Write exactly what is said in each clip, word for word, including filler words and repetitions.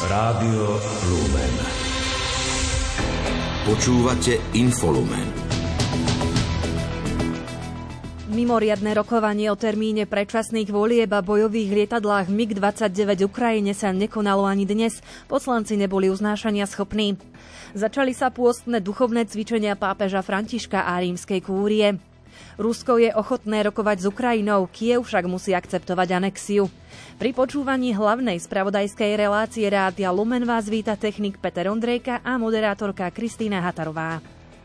Rádio Lumen. Počúvate Infolumen. Mimoriadne rokovanie o termíne predčasných volieb a bojových lietadlách mig dvadsaťdeväť Ukrajine sa nekonalo ani dnes. Poslanci neboli uznášania schopní. Začali sa pôstne duchovné cvičenia pápeža Františka a rímskej kúrie. Rusko je ochotné rokovať s Ukrajinou, Kyjev však musí akceptovať anexiu. Pri počúvaní hlavnej spravodajskej relácie Rádia Lumen vás víta technik Peter Ondrejka a moderátorka Kristýna Hatarová.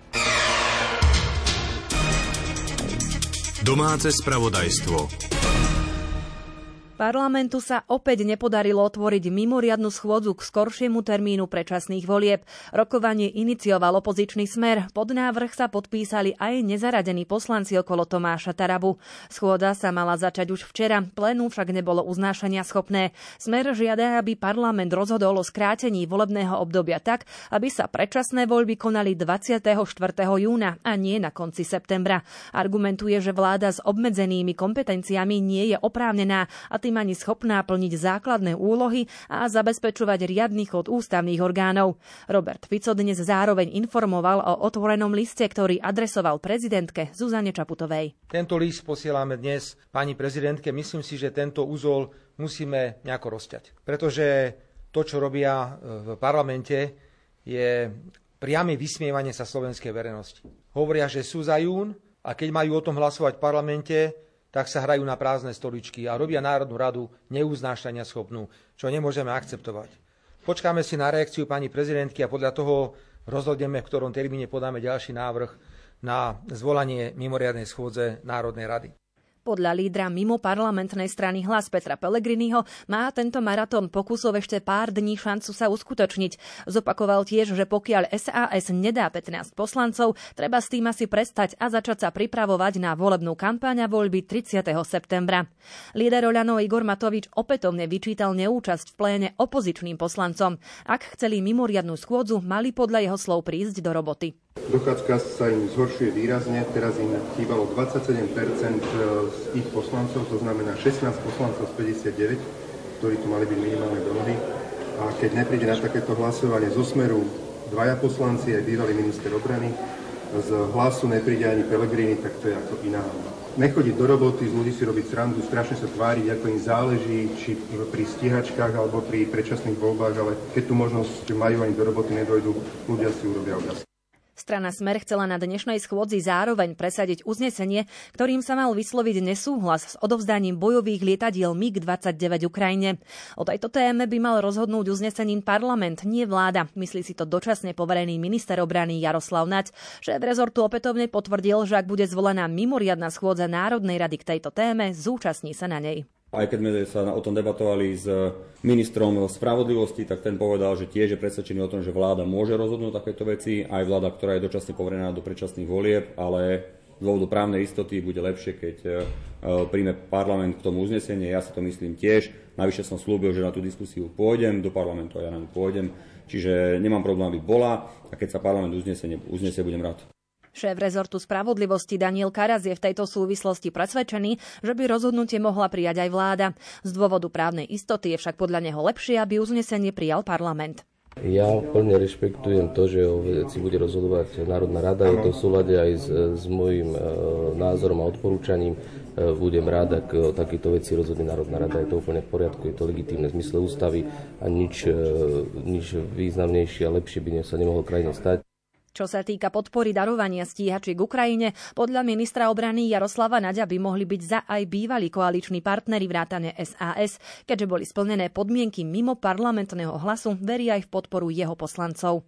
Domáce spravodajstvo. Parlamentu sa opäť nepodarilo otvoriť mimoriadnu schôdzu k skoršiemu termínu predčasných volieb. Rokovanie inicioval opozičný Smer. Pod návrh sa podpísali aj nezaradení poslanci okolo Tomáša Tarabu. Schôdza sa mala začať už včera, plénu však nebolo uznášania schopné. Smer žiada, aby parlament rozhodol o skrátení volebného obdobia tak, aby sa predčasné voľby konali dvadsiateho štvrtého júna a nie na konci septembra. Argumentuje, že vláda s obmedzenými kompetenciami nie je oprávnená a tým ani schopná plniť základné úlohy a zabezpečovať riadny chod ústavných orgánov. Robert Fico dnes zároveň informoval o otvorenom liste, ktorý adresoval prezidentke Zuzane Čaputovej. Tento list posielame dnes pani prezidentke. Myslím si, že tento úzol musíme nejako rozťať. Pretože to, čo robia v parlamente, je priame vysmievanie sa slovenskej verejnosti. Hovoria, že sú za jún a keď majú o tom hlasovať v parlamente, tak sa hrajú na prázdne stoličky a robia Národnú radu neuznášania schopnú, čo nemôžeme akceptovať. Počkáme si na reakciu pani prezidentky a podľa toho rozhodneme, v ktorom termíne podáme ďalší návrh na zvolanie mimoriadnej schôdze Národnej rady. Podľa lídra mimo parlamentnej strany Hlas Petra Pellegriniho má tento maratón pokusov ešte pár dní šancu sa uskutočniť. Zopakoval tiež, že pokiaľ es a es nedá pätnásť poslancov, treba s tým asi prestať a začať sa pripravovať na volebnú kampaň a voľby tridsiateho septembra. Líder Oľano Igor Matovič opätovne vyčítal neúčasť v pléne opozičným poslancom. Ak chceli mimoriadnu schôdzu, mali podľa jeho slov prísť do roboty. Dochádzka sa im zhoršuje výrazne, teraz im chýbalo dvadsaťsedem percent z ich poslancov, to znamená šestnásť poslancov z päťdesiatdeväť, ktorí tu mali byť minimálne dohody. A keď nepríde na takéto hlasovanie zo Smeru dvaja poslanci, aj bývalý minister obrany, z Hlasu nepríde ani Pellegrini, tak to je ako iná. Nechodiť do roboty, z ľudí si robiť srandu, strašne sa tváriť, ako im záleží, či pri stíhačkách alebo pri predčasných voľbách, ale keď tu možnosť majú, ani do roboty nedojdu, ľudia si urobia obraz. Strana Smer chcela na dnešnej schôdzi zároveň presadiť uznesenie, ktorým sa mal vysloviť nesúhlas s odovzdaním bojových lietadiel mig dvadsaťdeväť Ukrajine. O tejto téme by mal rozhodnúť uznesením parlament, nie vláda. Myslí si to dočasne poverený minister obrany Jaroslav Naď. Šéf rezortu opätovne potvrdil, že ak bude zvolená mimoriadna schôdza Národnej rady k tejto téme, zúčastní sa na nej. Aj keď sme sa o tom debatovali s ministrom spravodlivosti, tak ten povedal, že tiež je presvedčený o tom, že vláda môže rozhodnúť takéto veci, aj vláda, ktorá je dočasne poverená do predčasných volieb, ale z dôvodu právnej istoty bude lepšie, keď príjme parlament k tomu uznesenie. Ja si to myslím tiež. Navyše som slúbil, že na tú diskusiu pôjdem do parlamentu a ja na ňu pôjdem. Čiže nemám problém, aby bola a keď sa parlament uznesie, uznesie budem rád. Šéf rezortu spravodlivosti Daniel Karas je v tejto súvislosti presvedčený, že by rozhodnutie mohla prijať aj vláda. Z dôvodu právnej istoty je však podľa neho lepšie, aby uznesenie prijal parlament. Ja plne rešpektujem to, že o veci bude rozhodovať Národná rada. Je to v súlade aj s, s môjim e, názorom a odporúčaním. E, budem rád, ak o takéto veci rozhodne Národná rada. Je to úplne v poriadku, je to legitímne v zmysle ústavy a nič, e, nič významnejšie a lepšie by sa nemohlo krajine stať. Čo sa týka podpory darovania stíhačiek Ukrajine, podľa ministra obrany Jaroslava Naďa by mohli byť za aj bývalí koaliční partneri vrátane es a es. Keďže boli splnené podmienky mimo parlamentného Hlasu, verí aj v podporu jeho poslancov.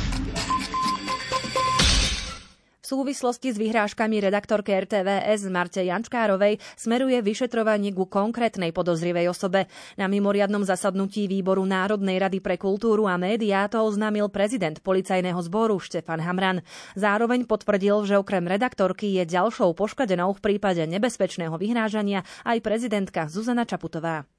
V súvislosti s vyhrážkami redaktorky er té vé es Marte Jančkárovej smeruje vyšetrovanie ku konkrétnej podozrivej osobe. Na mimoriadnom zasadnutí Výboru Národnej rady pre kultúru a médiá to oznámil prezident policajného zboru Štefan Hamran. Zároveň potvrdil, že okrem redaktorky je ďalšou poškodenou v prípade nebezpečného vyhrážania aj prezidentka Zuzana Čaputová.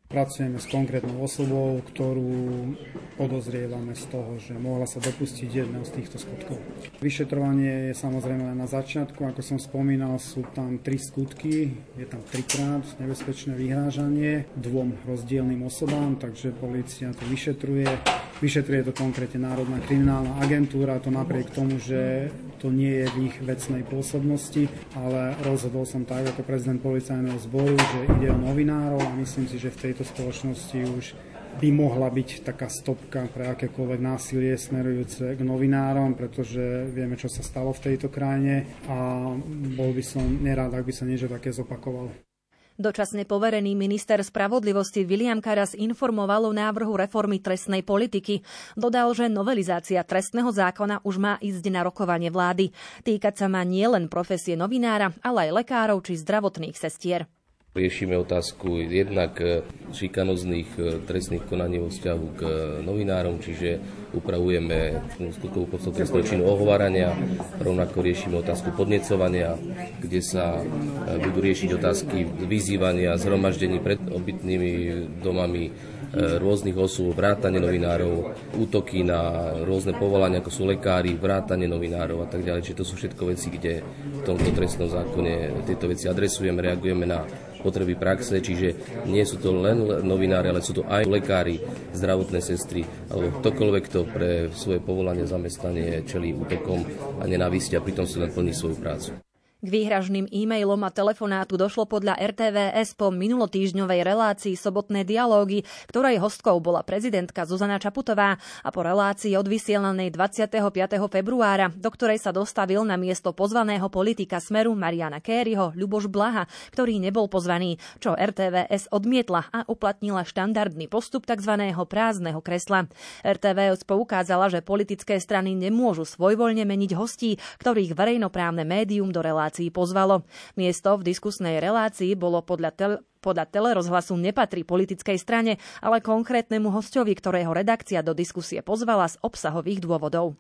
Pracujeme s konkrétnou osobou, ktorú podozrievame z toho, že mohla sa dopustiť jedného z týchto skutkov. Vyšetrovanie je samozrejme len na začiatku, ako som spomínal, sú tam tri skutky, je tam trikrát nebezpečné vyhrážanie dvom rozdielnym osobám, takže polícia to vyšetruje. Vyšetruje to konkrétne Národná kriminálna agentúra, to napriek tomu, že to nie je v ich vecnej pôsobnosti, ale rozhodol som tak ako prezident policajného zboru, že ide o novinárov a myslím si, že v tejto spoločnosti už by mohla byť taká stopka pre akékoľvek násilie smerujúce k novinárom, pretože vieme, čo sa stalo v tejto krajine a bol by som nerád, ak by sa niečo také zopakovalo. Dočasne poverený minister spravodlivosti Viliam Karas informoval o návrhu reformy trestnej politiky. Dodal, že novelizácia trestného zákona už má ísť na rokovanie vlády. Týkať sa má nielen profesie novinára, ale aj lekárov či zdravotných sestier. Riešime otázku jednak šikanóznych trestných konaní vo vzťahu k novinárom, čiže upravujeme skutkovú podstatu trestného činu ohovárania, rovnako riešime otázku podnecovania, kde sa budú riešiť otázky vyzývania, zhromaždení pred obytnými domami rôznych osôb, vrátane novinárov, útoky na rôzne povolania, ako sú lekári, vrátane novinárov a tak ďalej. Čiže to sú všetko veci, kde v tomto trestnom zákone tieto veci adresujeme, reagujeme na potreby praxe, čiže nie sú to len novinári, ale sú to aj lekári, zdravotné sestry, alebo ktokoľvek, kto pre svoje povolanie zamestnanie čelí útokom a nenávisti a pritom si len plní svoju prácu. K výhražným e-mailom a telefonátu došlo podľa er té vé es po minulotýždňovej relácii Sobotné dialógy, ktorej hostkou bola prezidentka Zuzana Čaputová a po relácii odvysielanej dvadsiateho piateho februára, do ktorej sa dostavil na miesto pozvaného politika Smeru Mariana Kériho Ľuboš Blaha, ktorý nebol pozvaný, čo er té vé es odmietla a uplatnila štandardný postup tzv. Prázdneho kresla. er té vé es poukázala, že politické strany nemôžu svojvoľne meniť hostí, ktorých verejnoprávne médium do relácie pozvalo. Miesto v diskusnej relácii bolo podľa, tel- podľa telerozhlasu nepatrí politickej strane, ale konkrétnemu hosťovi, ktorého redakcia do diskusie pozvala z obsahových dôvodov.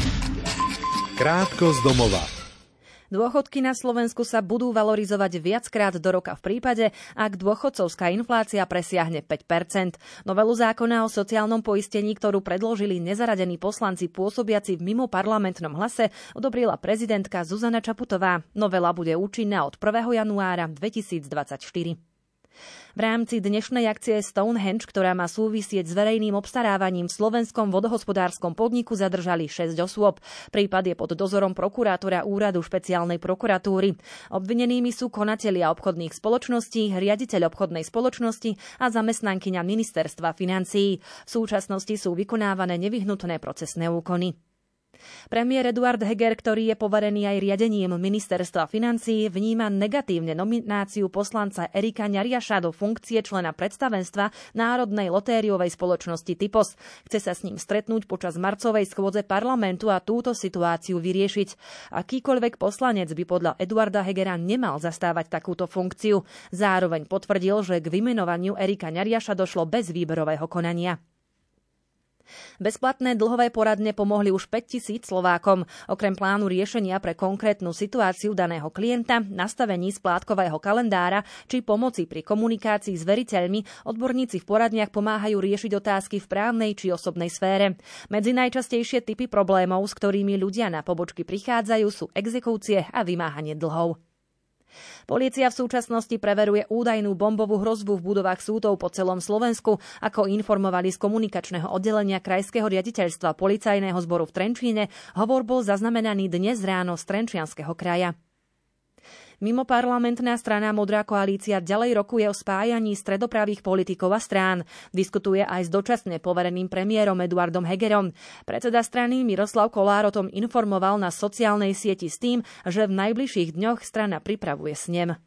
Krátko z domova. Dôchodky na Slovensku sa budú valorizovať viackrát do roka v prípade, ak dôchodcovská inflácia presiahne päť percent. Novelu zákona o sociálnom poistení, ktorú predložili nezaradení poslanci pôsobiaci v mimoparlamentnom Hlase, odobrila prezidentka Zuzana Čaputová. Novela bude účinná od prvého januára dvetisícdvadsaťštyri. V rámci dnešnej akcie Stonehenge, ktorá má súvisieť s verejným obstarávaním v slovenskom vodohospodárskom podniku, zadržali šesť osôb. Prípad je pod dozorom prokurátora úradu špeciálnej prokuratúry. Obvinenými sú konatelia obchodných spoločností, riaditeľ obchodnej spoločnosti a zamestnankyňa ministerstva financií. V súčasnosti sú vykonávané nevyhnutné procesné úkony. Premiér Eduard Heger, ktorý je poverený aj riadením ministerstva financií, vníma negatívne nomináciu poslanca Erika Ňariaša do funkcie člena predstavenstva Národnej lotériovej spoločnosti Typos. Chce sa s ním stretnúť počas marcovej schôdze parlamentu a túto situáciu vyriešiť. Akýkoľvek poslanec by podľa Eduarda Hegera nemal zastávať takúto funkciu. Zároveň potvrdil, že k vymenovaniu Erika Ňariaša došlo bez výberového konania. Bezplatné dlhové poradne pomohli už päťtisíc Slovákom. Okrem plánu riešenia pre konkrétnu situáciu daného klienta, nastavení splátkového kalendára či pomoci pri komunikácii s veriteľmi, odborníci v poradniach pomáhajú riešiť otázky v právnej či osobnej sfére. Medzi najčastejšie typy problémov, s ktorými ľudia na pobočky prichádzajú, sú exekúcie a vymáhanie dlhov. Polícia v súčasnosti preveruje údajnú bombovú hrozbu v budovách súdov po celom Slovensku, ako informovali z komunikačného oddelenia Krajského riaditeľstva Policajného zboru v Trenčíne. Hovor bol zaznamenaný dnes ráno z Trenčianskeho kraja. Mimoparlamentná strana Modrá koalícia ďalej rokuje o spájaní stredopravých politikov a strán. Diskutuje aj s dočasne povereným premiérom Eduardom Hegerom. Predseda strany Miroslav Kolár o tom informoval na sociálnej sieti s tým, že v najbližších dňoch strana pripravuje snem.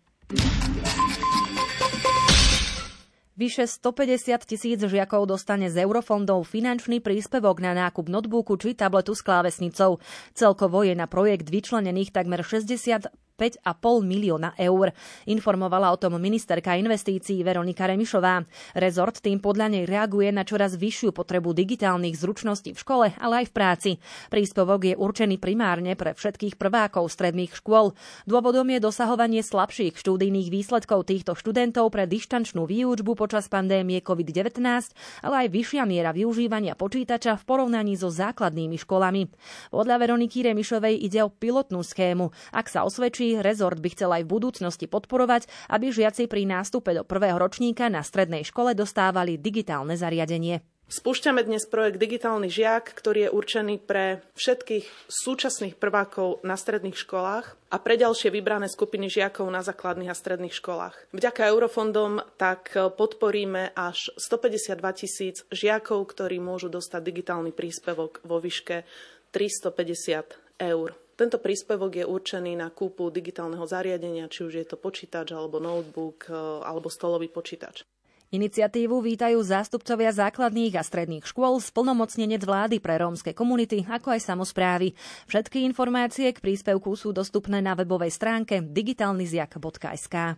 Vyše stopäťdesiat tisíc žiakov dostane z eurofondov finančný príspevok na nákup notebooku či tabletu s klávesnicou. Celkovo je na projekt vyčlenených takmer šesťdesiat päť a pol milióna eur. Informovala o tom ministerka investícií Veronika Remišová. Rezort tým podľa nej reaguje na čoraz vyššiu potrebu digitálnych zručností v škole, ale aj v práci. Príspevok je určený primárne pre všetkých prvákov stredných škôl. Dôvodom je dosahovanie slabších štúdijných výsledkov týchto študentov pre dištančnú výučbu počas pandémie covid devätnásť, ale aj vyššia miera využívania počítača v porovnaní so základnými školami. Podľa Veroniky Remišovej ide o pilotnú schému. Ak sa osvedčí, rezort by chcel aj v budúcnosti podporovať, aby žiaci pri nástupe do prvého ročníka na strednej škole dostávali digitálne zariadenie. Spúšťame dnes projekt Digitálny žiak, ktorý je určený pre všetkých súčasných prvákov na stredných školách a pre ďalšie vybrané skupiny žiakov na základných a stredných školách. Vďaka eurofondom tak podporíme až stopäťdesiatdva tisíc žiakov, ktorí môžu dostať digitálny príspevok vo výške tristopäťdesiat eur. Tento príspevok je určený na kúpu digitálneho zariadenia, či už je to počítač, alebo notebook, alebo stolový počítač. Iniciatívu vítajú zástupcovia základných a stredných škôl, splnomocnenec vlády pre rómske komunity, ako aj samosprávy. Všetky informácie k príspevku sú dostupné na webovej stránke digitálnyziak bodka es ká.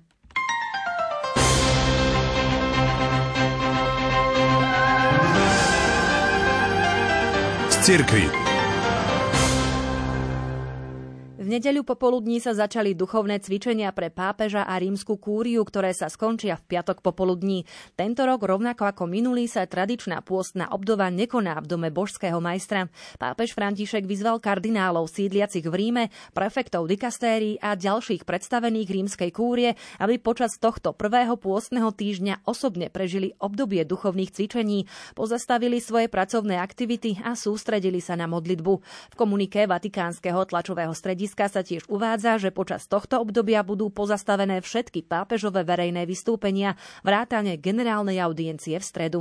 Z cirkvi. V nedeľu popoludní sa začali duchovné cvičenia pre pápeža a rímsku kúriu, ktoré sa skončia v piatok popoludní. Tento rok, rovnako ako minulý, sa tradičná pôstna obdoba nekoná v dome božského majstra. Pápež František vyzval kardinálov sídliacich v Ríme, prefektov dikastérií a ďalších predstavených rímskej kúrie, aby počas tohto prvého pôstneho týždňa osobne prežili obdobie duchovných cvičení, pozastavili svoje pracovné aktivity a sústredili sa na modlitbu. V komuniké Vatikánskeho tlačového strediska sa tiež uvádza, že počas tohto obdobia budú pozastavené všetky pápežové verejné vystúpenia, vrátane generálnej audiencie v stredu.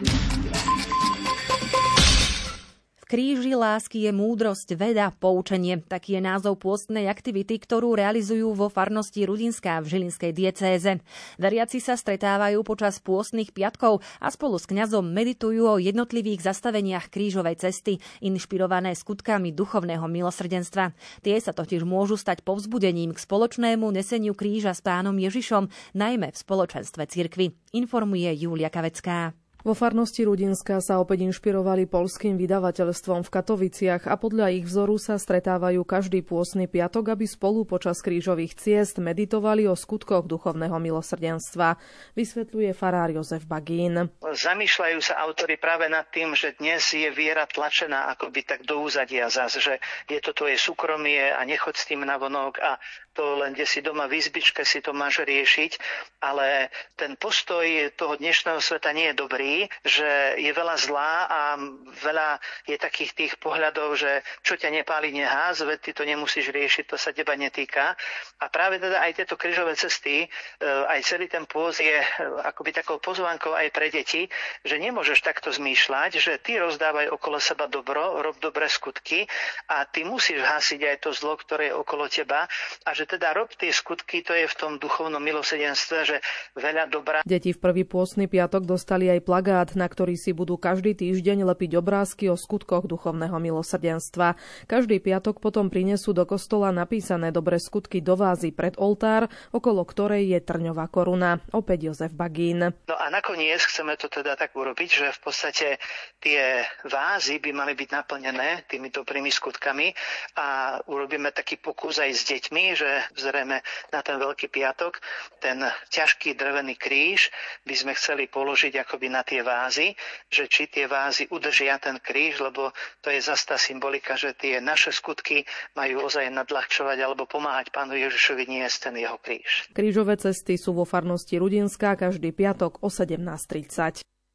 Kríži lásky je múdrosť, veda, poučenie. Taký je názov pôstnej aktivity, ktorú realizujú vo farnosti Rudinská v Žilinskej diecéze. Veriaci sa stretávajú počas pôstnych piatkov a spolu s kňazom meditujú o jednotlivých zastaveniach krížovej cesty, inšpirované skutkami duchovného milosrdenstva. Tie sa totiž môžu stať povzbudením k spoločnému neseniu kríža s pánom Ježišom, najmä v spoločenstve cirkvi, informuje Júlia Kavecká. Vo farnosti Rudinská sa opäť inšpirovali poľským vydavateľstvom v Katoviciach a podľa ich vzoru sa stretávajú každý pôstny piatok, aby spolu počas krížových ciest meditovali o skutkoch duchovného milosrdenstva, vysvetľuje farár Jozef Bagín. Zamýšľajú sa autori práve nad tým, že dnes je viera tlačená akoby tak do úzadia zas, že je to tvoje súkromie a nechoď s tým navonok a to len kde si doma v izbičke si to máš riešiť, ale ten postoj toho dnešného sveta nie je dobrý, že je veľa zlá a veľa je takých tých pohľadov, že čo ťa nepáli neház, veď ty to nemusíš riešiť, to sa teba netýka. A práve teda aj tieto krížové cesty, aj celý ten pôst je akoby takou pozvánkou aj pre deti, že nemôžeš takto zmýšľať, že ty rozdávaj okolo seba dobro, rob dobré skutky a ty musíš hasiť aj to zlo, ktoré je okolo teba a že teda rob tie skutky, to je v tom duchovnom milosrdenstve, že veľa dobrá. Deti v prvý pôstny piatok dostali aj plagát, na ktorý si budú každý týždeň lepiť obrázky o skutkoch duchovného milosrdenstva. Každý piatok potom prinesú do kostola napísané dobré skutky do vázy pred oltár, okolo ktorej je trňová koruna. Opäť Jozef Bagín. No a nakoniec chceme to teda tak urobiť, že v podstate tie vázy by mali byť naplnené tými dobrými skutkami a urobíme taký pokus aj s deťmi, že vzrieme na ten Veľký piatok ten ťažký drevený kríž by sme chceli položiť akoby na tie vázy, že či tie vázy udržia ten kríž, lebo to je zase tá symbolika, že tie naše skutky majú ozaj nadľahčovať alebo pomáhať pánu Ježišovi niesť ten jeho kríž. Krížové cesty sú vo farnosti Rudinská každý piatok o sedemnásť tridsať.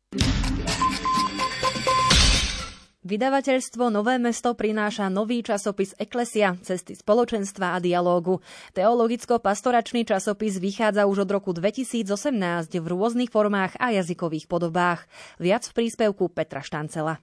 Vydavateľstvo Nové mesto prináša nový časopis Eklesia, cesty spoločenstva a dialógu. Teologicko-pastoračný časopis vychádza už od roku dvetisícosemnásť v rôznych formách a jazykových podobách. Viac v príspevku Petra Štancela.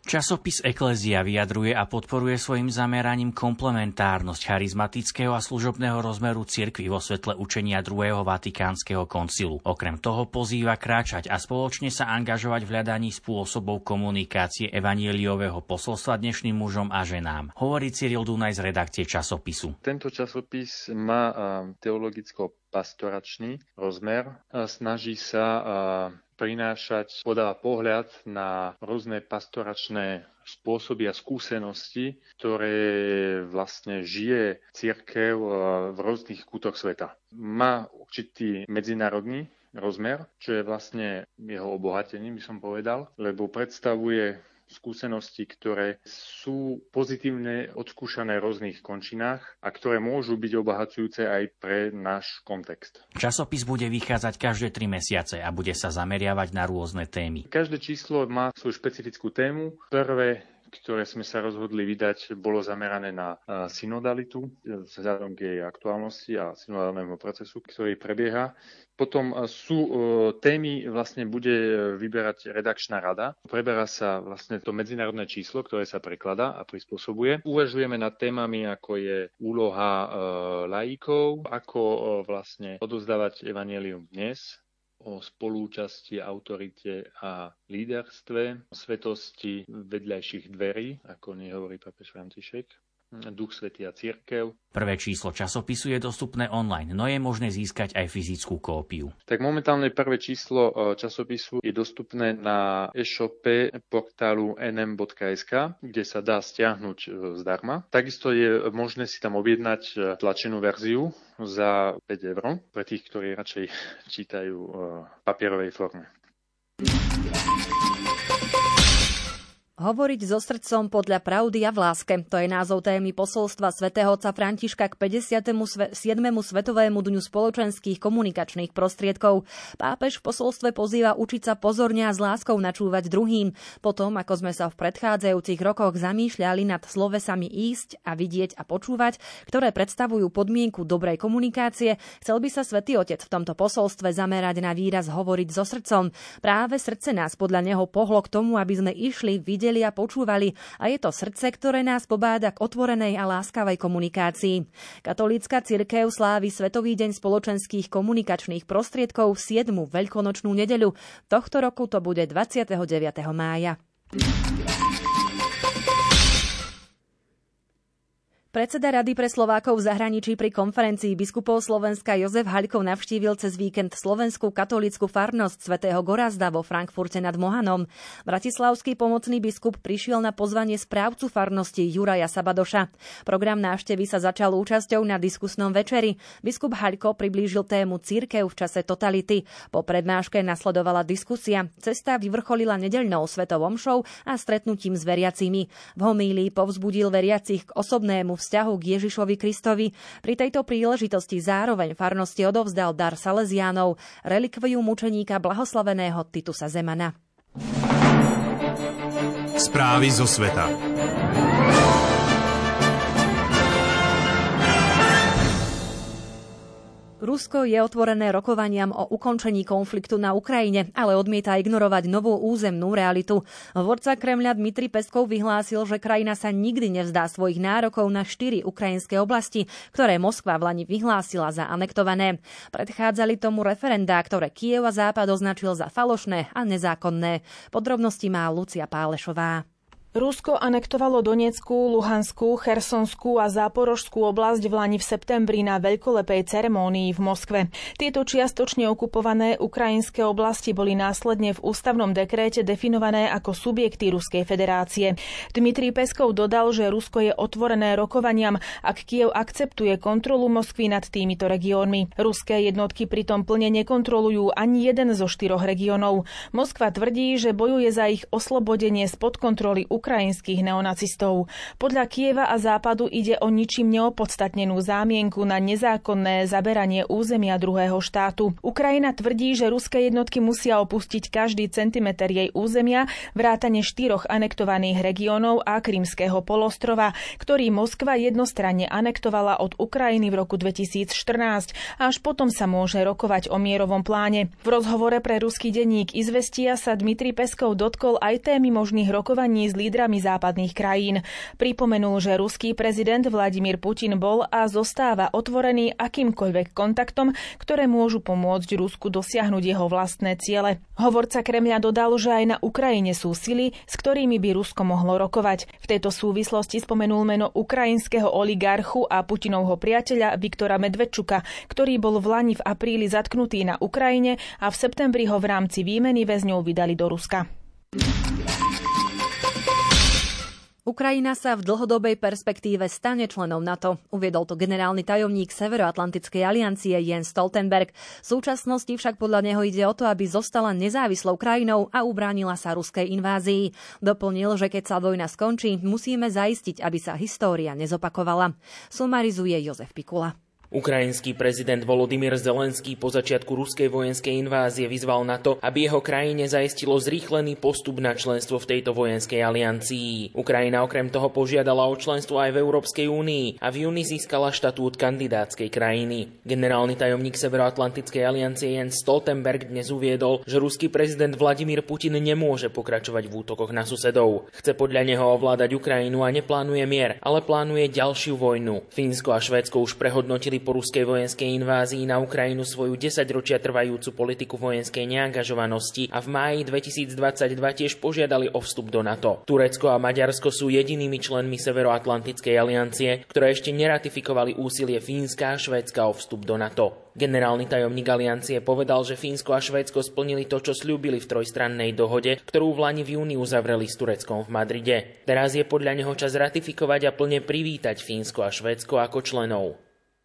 Časopis Eklézia vyjadruje a podporuje svojim zameraním komplementárnosť charizmatického a služobného rozmeru cirkvi vo svetle učenia druhého vatikánskeho koncilu. Okrem toho pozýva kráčať a spoločne sa angažovať v hľadaní spôsobov komunikácie evanjeliového posolstva dnešným mužom a ženám. Hovorí Cyril Dunaj z redakcie časopisu. Tento časopis má teologicko-pastoračný rozmer. Snaží sa prinášať, podáva pohľad na rôzne pastoračné spôsoby a skúsenosti, ktoré vlastne žije cirkev v rôznych kútoch sveta. Má určitý medzinárodný rozmer, čo je vlastne jeho obohatením, by som povedal, lebo predstavuje skúsenosti, ktoré sú pozitívne odskúšané v rôznych končinách a ktoré môžu byť obohacujúce aj pre náš kontext. Časopis bude vychádzať každé tri mesiace a bude sa zameriavať na rôzne témy. Každé číslo má svoju špecifickú tému. Prvé, ktoré sme sa rozhodli vydať, bolo zamerané na synodalitu vzhľadom k jej aktuálnosti a synodálnemu procesu, ktorý prebieha. Potom sú témy, vlastne bude vyberať redakčná rada. Preberá sa vlastne to medzinárodné číslo, ktoré sa prekladá a prispôsobuje. Uvažujeme nad témami, ako je úloha laikov, ako vlastne odovzdávať evanjelium dnes, o spolúčasti, autorite a líderstve, svetosti vedľajších dverí, ako nehovorí pápež František, Duch Svätý a cirkev. Prvé číslo časopisu je dostupné online, no je možné získať aj fyzickú kópiu. Tak momentálne prvé číslo časopisu je dostupné na e-shope portálu en em bodka es ká, kde sa dá stiahnuť zdarma. Takisto je možné si tam objednať tlačenú verziu za päť eur, pre tých, ktorí radšej čítajú v papierovej forme. Hovoriť so srdcom podľa pravdy a v láske. To je názov témy posolstva svätého otca Františka k päťdesiatemu siedmemu Svetovému dňu spoločenských komunikačných prostriedkov. Pápež v posolstve pozýva učiť sa pozorne a s láskou načúvať druhým. Potom, ako sme sa v predchádzajúcich rokoch zamýšľali nad slovesami ísť a vidieť a počúvať, ktoré predstavujú podmienku dobrej komunikácie, chcel by sa Svätý Otec v tomto posolstve zamerať na výraz hovoriť so srdcom. Práve srdce nás podľa neho pohlo k tomu, aby sme išli, videli a počúvali, a je to srdce, ktoré nás pobáda k otvorenej a láskavej komunikácii. Katolícka cirkev slávi Svetový deň spoločenských komunikačných prostriedkov v siedmu veľkonočnú nedeľu. Tohto roku to bude dvadsiateho deviateho mája. Predseda Rady pre Slovákov v zahraničí pri konferencii biskupov Slovenska Jozef Haľko navštívil cez víkend slovenskú katolícku farnosť svätého Gorazda vo Frankfurte nad Mohanom. Bratislavský pomocný biskup prišiel na pozvanie správcu farnosti Juraja Sabadoša. Program návštevy sa začal účasťou na diskusnom večeri. Biskup Haľko priblížil tému cirkev v čase totality. Po prednáške nasledovala diskusia. Cesta vyvrcholila nedeľnou svetou omšou a stretnutím s veriacimi. V homílii povzbudil veriacich k osobnému vzťahu k Ježišovi Kristovi. Pri tejto príležitosti zároveň farnosti odovzdal dar Salesiánov, relikviu mučeníka blahoslaveného Titusa Zemana. Správy zo sveta. Rusko je otvorené rokovaniam o ukončení konfliktu na Ukrajine, ale odmieta ignorovať novú územnú realitu. Hovorca Kremľa Dmitrij Peskov vyhlásil, že krajina sa nikdy nevzdá svojich nárokov na štyri ukrajinské oblasti, ktoré Moskva v lani vyhlásila za anektované. Predchádzali tomu referendá, ktoré Kyjev a Západ označil za falošné a nezákonné. Podrobnosti má Lucia Pálešová. Rusko anektovalo Donetskú, Luhanskú, Chersonskú a Záporožskú oblasť v lani v septembri na veľkolepej ceremónii v Moskve. Tieto čiastočne okupované ukrajinské oblasti boli následne v ústavnom dekréte definované ako subjekty Ruskej federácie. Dmitrij Peskov dodal, že Rusko je otvorené rokovaniam, ak Kyjev akceptuje kontrolu Moskvy nad týmito regiónmi. Ruské jednotky pritom plne nekontrolujú ani jeden zo štyroch regiónov. Moskva tvrdí, že bojuje za ich oslobodenie spod kontroly ukrajinských neonacistov. Podľa Kyjeva a Západu ide o ničím neopodstatnenú zámienku na nezákonné zaberanie územia druhého štátu. Ukrajina tvrdí, že ruské jednotky musia opustiť každý centimeter jej územia, vrátane štyroch anektovaných regiónov a Krymského polostrova, ktorý Moskva jednostranne anektovala od Ukrajiny v roku dvetisícštrnásť. Až potom sa môže rokovať o mierovom pláne. V rozhovore pre ruský denník Izvestia sa Dmitrij Peskov dotkol aj témy možných rokovaní s lídrom lídrami západných krajín. Pripomenul, že ruský prezident Vladimír Putin bol a zostáva otvorený akýmkoľvek kontaktom, ktoré môžu pomôcť Rusku dosiahnuť jeho vlastné ciele. Hovorca Kremľa dodal, že aj na Ukrajine sú sily, s ktorými by Rusko mohlo rokovať. V tejto súvislosti spomenul meno ukrajinského oligarchu a Putinovho priateľa Viktora Medvedčuka, ktorý bol v lani v apríli zatknutý na Ukrajine a v septembri ho v rámci výmeny väzňov vydali do Ruska. Ukrajina sa v dlhodobej perspektíve stane členom NATO, uviedol to generálny tajomník Severoatlantickej aliancie Jens Stoltenberg. V súčasnosti však podľa neho ide o to, aby zostala nezávislou krajinou a ubránila sa ruskej invázii. Doplnil, že keď sa vojna skončí, musíme zaistiť, aby sa história nezopakovala. Sumarizuje Jozef Pikula. Ukrajinský prezident Volodymyr Zelenský po začiatku ruskej vojenskej invázie vyzval na to, aby jeho krajine zaistilo zrýchlený postup na členstvo v tejto vojenskej aliancii. Ukrajina okrem toho požiadala o členstvo aj v Európskej únii a v júni získala štatút kandidátskej krajiny. Generálny tajomník Severoatlantickej aliancie Jens Stoltenberg dnes uviedol, že ruský prezident Vladimír Putin nemôže pokračovať v útokoch na susedov. Chce podľa neho ovládať Ukrajinu a neplánuje mier, ale plánuje ďalšiu vojnu. Fínsko a Švédsko už prehodnotili po ruskej vojenskej invázii na Ukrajinu svoju desaťročia trvajúcu politiku vojenskej neangažovanosti a v máji dvetisícdvadsaťdva tiež požiadali o vstup do NATO. Turecko a Maďarsko sú jedinými členmi Severoatlantickej aliancie, ktoré ešte neratifikovali úsilie Fínska a Švédska o vstup do NATO. Generálny tajomník aliancie povedal, že Fínsko a Švédsko splnili to, čo sľúbili v trojstrannej dohode, ktorú v lani v júni uzavreli s Tureckom v Madride. Teraz je podľa neho čas ratifikovať a plne privítať Fínsko a Švédsko ako členov.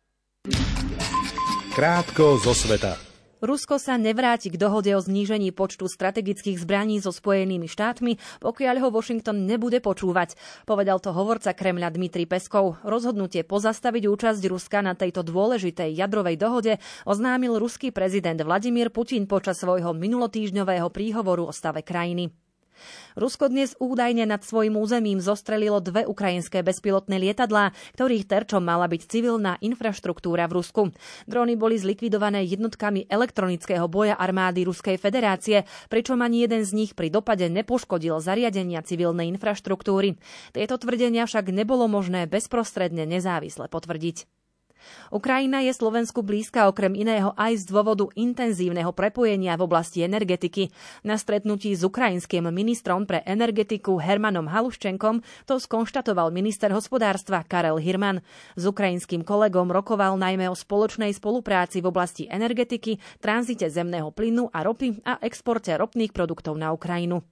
Krátko zo sveta. Rusko sa nevráti k dohode o znížení počtu strategických zbraní so Spojenými štátmi, pokiaľ ho Washington nebude počúvať. Povedal to hovorca Kremľa Dmitrij Peskov. Rozhodnutie pozastaviť účasť Ruska na tejto dôležitej jadrovej dohode oznámil ruský prezident Vladimír Putin počas svojho minulotýždňového príhovoru o stave krajiny. Rusko dnes údajne nad svojím územím zostrelilo dve ukrajinské bezpilotné lietadlá, ktorých terčom mala byť civilná infraštruktúra v Rusku. Dróny boli zlikvidované jednotkami elektronického boja armády Ruskej federácie, pričom ani jeden z nich pri dopade nepoškodil zariadenia civilnej infraštruktúry. Tieto tvrdenia však nebolo možné bezprostredne nezávisle potvrdiť. Ukrajina je Slovensku blízka okrem iného aj z dôvodu intenzívneho prepojenia v oblasti energetiky. Na stretnutí s ukrajinským ministrom pre energetiku Hermanom Haluščenkom to skonštatoval minister hospodárstva Karel Hirman. S ukrajinským kolegom rokoval najmä o spoločnej spolupráci v oblasti energetiky, tranzite zemného plynu a ropy a exporte ropných produktov na Ukrajinu.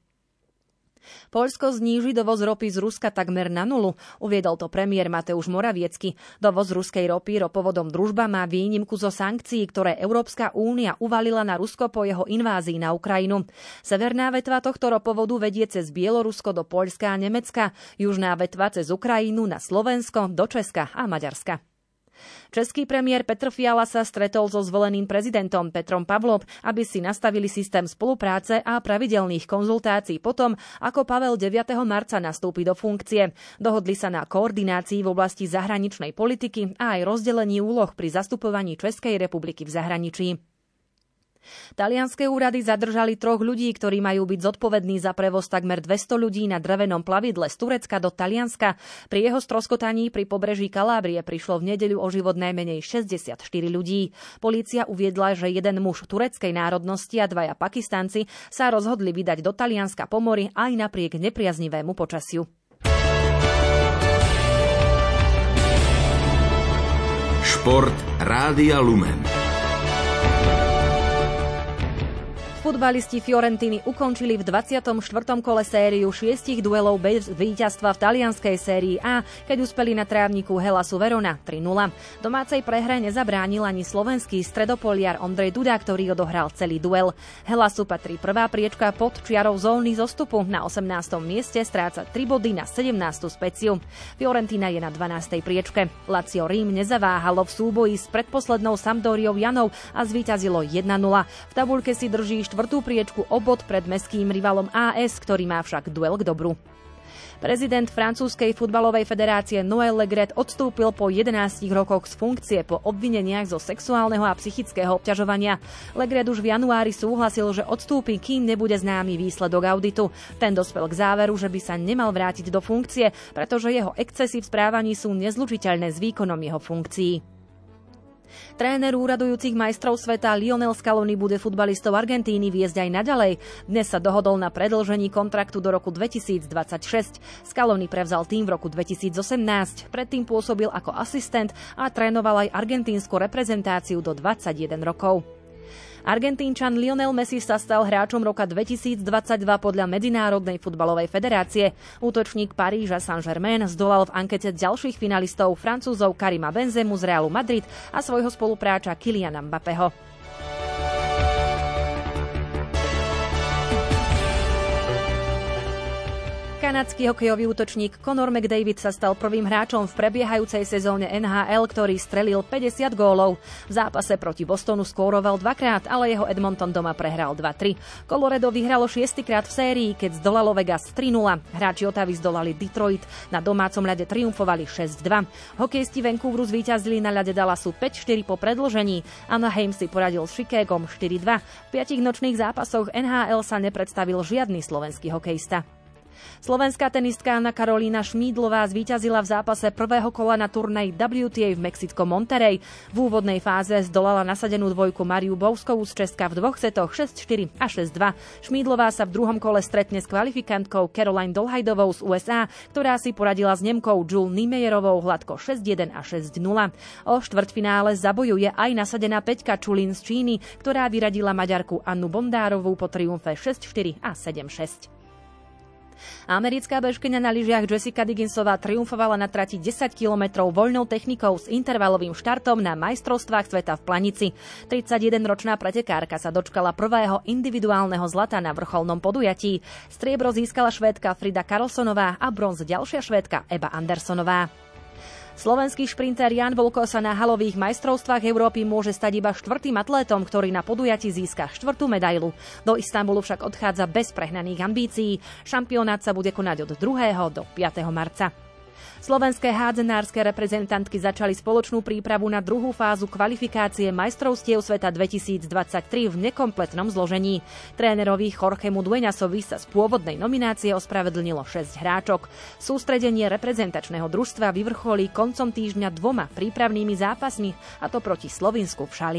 Poľsko zníži dovoz ropy z Ruska takmer na nulu, uviedol to premiér Mateusz Moraviecky. Dovoz ruskej ropy ropovodom Družba má výnimku zo sankcií, ktoré Európska únia uvalila na Rusko po jeho invázii na Ukrajinu. Severná vetva tohto ropovodu vedie cez Bielorusko do Poľska a Nemecka, južná vetva cez Ukrajinu na Slovensko, do Česka a Maďarska. Český premiér Petr Fiala sa stretol so zvoleným prezidentom Petrom Pavlom, aby si nastavili systém spolupráce a pravidelných konzultácií potom, ako Pavel deviateho marca nastúpi do funkcie. Dohodli sa na koordinácii v oblasti zahraničnej politiky a aj rozdelení úloh pri zastupovaní Českej republiky v zahraničí. Talianske úrady zadržali troch ľudí, ktorí majú byť zodpovední za prevoz takmer dvesto ľudí na drevenom plavidle z Turecka do Talianska. Pri jeho stroskotaní pri pobreží Kalábrie prišlo v nedeľu o život najmenej šesťdesiatštyri ľudí. Polícia uviedla, že jeden muž tureckej národnosti a dvaja Pakistanci sa rozhodli vydať do Talianska po mori aj napriek nepriaznivému počasiu. Šport Rádia Lumen. Futbalisti Fiorentiny ukončili v dvadsiatom štvrtom kole sériu šiestich duelov bez víťazstva v talianskej sérii A, keď uspeli na trávniku Helasu Verona tri nula. Domácej prehre nezabránil ani slovenský stredopoliar Ondrej Duda, ktorý odohral celý duel. Helasu patrí prvá priečka pod čiarou zóny zostupu. Na osemnástom mieste stráca tri body na sedemnástu speciu. Fiorentina je na dvanástej priečke. Lazio Rím nezaváhalo v súboji s predposlednou Sampdoriou Janou a zvíťazilo jeden nula. V tabuľke si drží štvrtú priečku o bod pred mestským rivalom á es, ktorý má však duel k dobru. Prezident francúzskej futbalovej federácie Noël Le Graët odstúpil po jedenástich rokoch z funkcie po obvineniach zo sexuálneho a psychického obťažovania. Le Graët už v januári súhlasil, že odstúpi, kým nebude známy výsledok auditu. Ten dospel k záveru, že by sa nemal vrátiť do funkcie, pretože jeho excesy v správaní sú nezlučiteľné s výkonom jeho funkcií. Tréner úradujúcich majstrov sveta Lionel Scaloni bude futbalistov Argentíny viesť aj naďalej. Dnes sa dohodol na predĺžení kontraktu do roku dvetisícdvadsaťšesť. Scaloni prevzal tým v roku dvetisícosemnásť. Predtým pôsobil ako asistent a trénoval aj argentínsku reprezentáciu do dvadsaťjeden rokov. Argentínčan Lionel Messi sa stal hráčom roka dvetisícdvadsaťdva podľa Medzinárodnej futbalovej federácie. Útočník Paríža Saint-Germain zdolal v ankete ďalších finalistov Francúzov Karima Benzemu z Realu Madrid a svojho spolupráča Kyliana Mbappého. Kanadský hokejový útočník Connor McDavid sa stal prvým hráčom v prebiehajúcej sezóne en há el, ktorý strelil päťdesiat gólov. V zápase proti Bostonu skóroval dvakrát, ale jeho Edmonton doma prehral dva tri. Colorado vyhralo šiestýkrát v sérii, keď zdolalo Vegas tri nula. Hráči Ottawy zdolali Detroit, na domácom ľade triumfovali šesť dva. Hokejisti Vancouveru zvíťazili na ľade Dallasu päť štyri po predĺžení. Anaheim si poradil s Chicagom štyri dva. V piatich nočných zápasoch en há el sa nepredstavil žiadny slovenský hokejista. Slovenská tenistka Anna Karolína Šmídlová zvíťazila v zápase prvého kola na turnaji dubľú té á v mexickom Monterey. V úvodnej fáze zdolala nasadenú dvojku Mariu Bouskovú z Česka v dvoch setoch šesť štyri a šesť dva. Šmídlová sa v druhom kole stretne s kvalifikantkou Caroline Dolhajdovou z ú es á, ktorá si poradila s Nemkou Jule Niemeyerovou hladko šesť jeden a šesť nula. O štvrťfinále zabojuje aj nasadená Peťka Čulín z Číny, ktorá vyradila Maďarku Annu Bondárovú po triumfe šesť štyri a sedem šesť. Americká bežkyňa na lyžiach Jessica Digginsová triumfovala na trati desať kilometrov voľnou technikou s intervalovým štartom na majstrovstvách sveta v Planici. tridsaťjedenročná pretekárka sa dočkala prvého individuálneho zlata na vrcholnom podujatí. Striebro získala Švédka Frida Karlssonová a bronz ďalšia Švédka Eba Andersonová. Slovenský šprinter Jan Volko sa na halových majstrovstvách Európy môže stať iba štvrtým atlétom, ktorý na podujatí získa štvrtú medailu. Do Istanbulu však odchádza bez prehnaných ambícií. Šampionát sa bude konať od druhého do piateho marca. Slovenské hádzenárske reprezentantky začali spoločnú prípravu na druhú fázu kvalifikácie majstrovstiev sveta dvetisícdvadsaťtri v nekompletnom zložení. Trénerovi Jorgemu Dueñasovi sa z pôvodnej nominácie ospravedlnilo šesť hráčok. Sústredenie reprezentačného družstva vyvrcholí koncom týždňa dvoma prípravnými zápasmi, a to proti Slovinsku v Šali.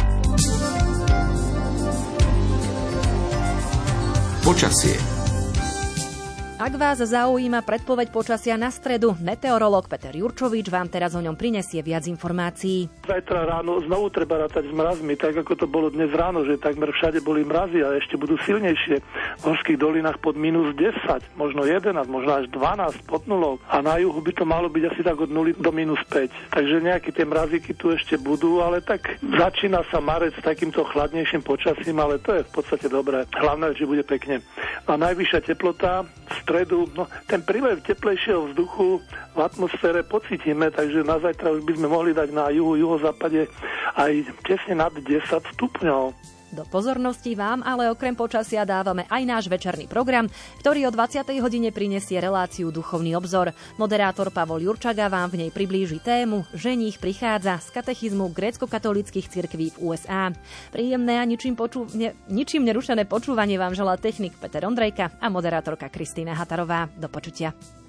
Počasie. Ak vás zaujíma predpoveď počasia na stredu, meteorológ Peter Jurčovič vám teraz o ňom prinesie viac informácií. Zajtra ráno znovu treba rátať s mrazmi, tak ako to bolo dnes ráno, že takmer všade boli mrazy a ešte budú silnejšie. V horských dolinách pod minus desať, možno jedenásť, možno až dvanásť pod nulou a na juhu by to malo byť asi tak od nuly do minus päť. Takže nejaké tie mrazíky tu ešte budú, ale tak začína sa marec s takýmto chladnejším počasím, ale to je v podstate dobré. Hlavné, že bude pekne. A najvyššia teplota v stredu, no ten prílev teplejšieho vzduchu v atmosfére pocítime, takže na zajtra už by sme mohli dať na juhu, juhozápade aj tesne nad desať stupňov. Do pozornosti vám ale okrem počasia dávame aj náš večerný program, ktorý o dvadsiatej hodine prinesie reláciu Duchovný obzor. Moderátor Pavol Jurčaga vám v nej priblíži tému Ženích prichádza z katechizmu grécko-katolíckych cirkví v ú es á. Príjemné a ničím, poču... ne... ničím nerušené počúvanie vám želá technik Peter Ondrejka a moderátorka Kristýna Hatarová. Do počutia.